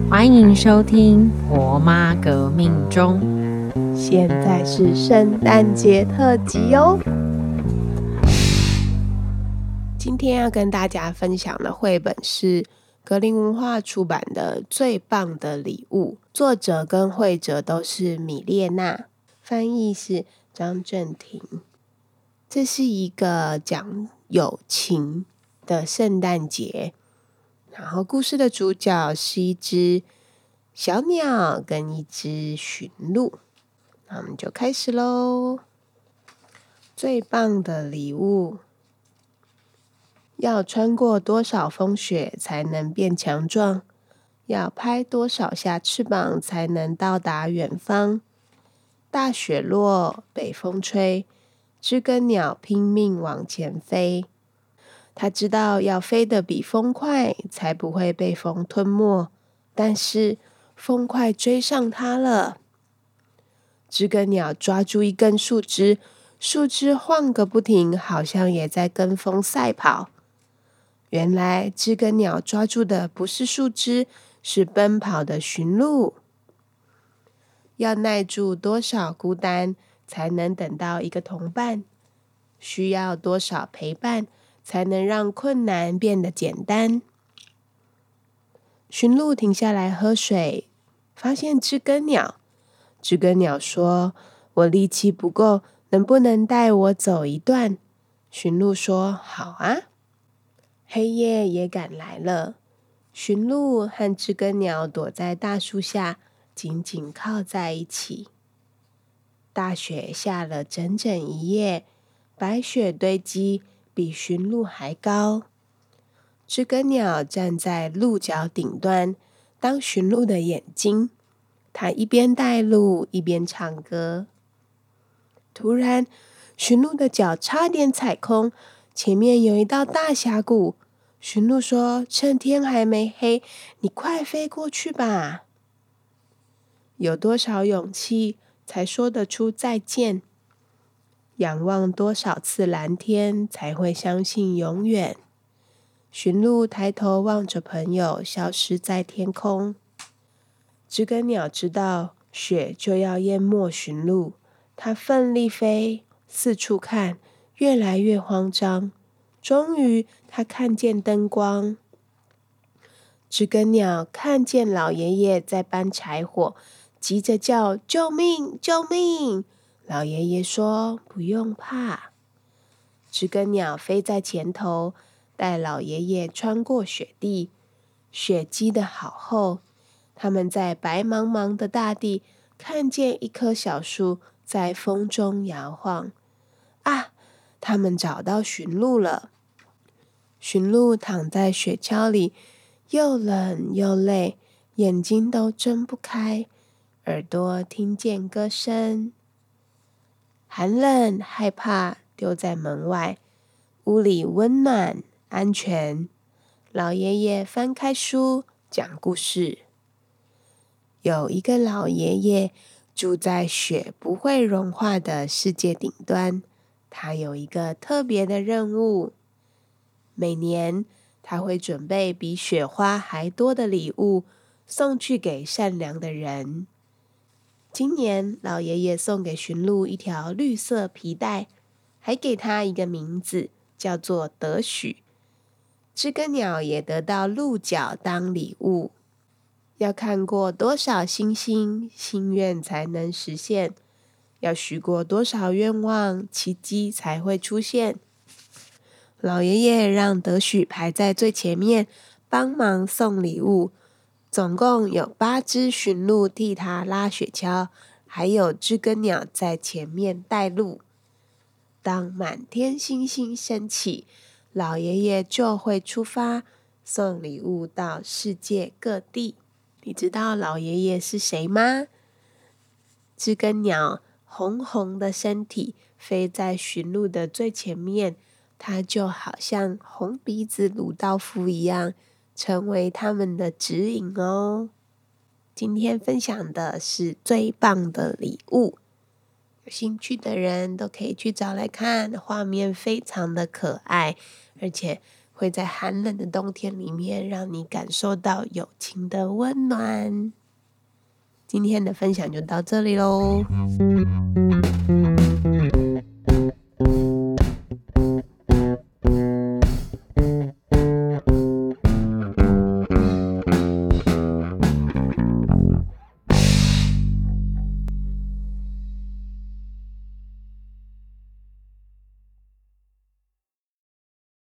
欢迎收听婆妈革命中。 现在是圣诞节特辑哦。今天要跟大家分享的绘本是格林文化出版的《最棒的礼物》，作者跟绘者都是米列娜，翻译是张正廷。这是一个讲友情的圣诞节，然后故事的主角是一只小鸟跟一只驯鹿。那我们就开始咯。最棒的礼物。要穿过多少风雪才能变强壮？要拍多少下翅膀才能到达远方？大雪落，北风吹，知更鸟拼命往前飞。它知道要飞得比风快，才不会被风吞没。但是风快追上它了。知更鸟抓住一根树枝，树枝晃个不停，好像也在跟风赛跑。原来知更鸟抓住的不是树枝，是奔跑的驯鹿。要耐住多少孤单，才能等到一个同伴？需要多少陪伴，才能让困难变得简单？驯鹿停下来喝水，发现知更鸟。知更鸟说：“我力气不够，能不能带我走一段？”驯鹿说：“好啊。”黑夜也赶来了，驯鹿和知更鸟躲在大树下，紧紧靠在一起。大雪下了整整一夜，白雪堆积，比驯鹿还高。知更鸟站在鹿角顶端，当驯鹿的眼睛。它一边带路，一边唱歌。突然，驯鹿的脚差点踩空，前面有一道大峡谷。驯鹿说：“趁天还没黑，你快飞过去吧。”有多少勇气才说得出再见？仰望多少次蓝天，才会相信永远？驯鹿抬头望着朋友，消失在天空。知更鸟知道雪就要淹没驯鹿，它奋力飞，四处看，越来越慌张。终于，它看见灯光。知更鸟看见老爷爷在搬柴火，急着叫：“救命！救命！”老爷爷说：“不用怕。”知更鸟飞在前头，带老爷爷穿过雪地。雪积得好厚，他们在白茫茫的大地看见一棵小树在风中摇晃。啊，他们找到驯鹿了。驯鹿躺在雪橇里，又冷又累，眼睛都睁不开，耳朵听见歌声。寒冷害怕丢在门外，屋里温暖安全。老爷爷翻开书讲故事。有一个老爷爷住在雪不会融化的世界顶端，他有一个特别的任务。每年他会准备比雪花还多的礼物，送去给善良的人。今年老爷爷送给驯鹿一条绿色皮带，还给他一个名字，叫做德许。知更鸟也得到鹿角当礼物。要看过多少星星，心愿才能实现？要许过多少愿望，奇迹才会出现？老爷爷让德许排在最前面，帮忙送礼物。总共有8只驯鹿替他拉雪橇，还有知更鸟在前面带路。当满天星星升起，老爷爷就会出发，送礼物到世界各地。你知道老爷爷是谁吗？知更鸟红红的身体飞在驯鹿的最前面，它就好像红鼻子鲁道夫一样，成为他们的指引哦。今天分享的是最棒的礼物，有兴趣的人都可以去找来看，画面非常的可爱，而且会在寒冷的冬天里面让你感受到友情的温暖。今天的分享就到这里咯。